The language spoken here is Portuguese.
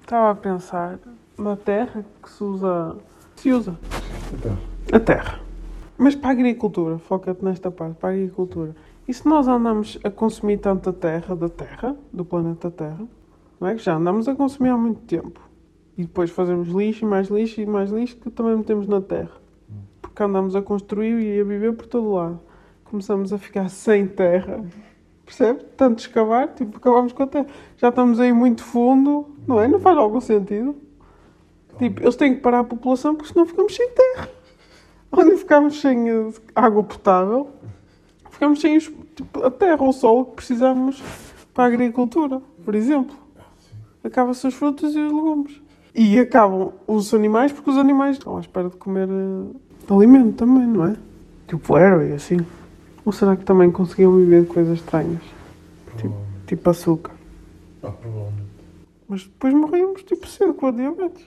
Estava a pensar na terra que se usa. Se usa. Então, A terra. Mas para a agricultura, foca-te nesta parte, para a agricultura. E se nós andamos a consumir tanta terra, da Terra, do planeta Terra, não é que já andamos a consumir há muito tempo. E depois fazemos lixo e mais lixo e mais lixo que também metemos na Terra. Porque andamos a construir e a viver por todo lado. Começamos a ficar sem terra. Percebe? Tanto escavar, tipo, acabamos com a terra. Já estamos aí muito fundo, não é? Não faz algum sentido. Tipo, eles têm que parar a população porque senão ficamos sem terra. Onde ficamos sem água potável, ficamos sem tipo, a terra ou o solo que precisamos para a agricultura, por exemplo. Acabam-se os frutos e os legumes. E acabam os animais porque os animais estão à espera de comer alimento também, não é? Tipo era e assim. Ou será que também conseguiam viver de coisas estranhas? Tipo açúcar. provavelmente. Mas depois morríamos tipo cedo com a diabetes.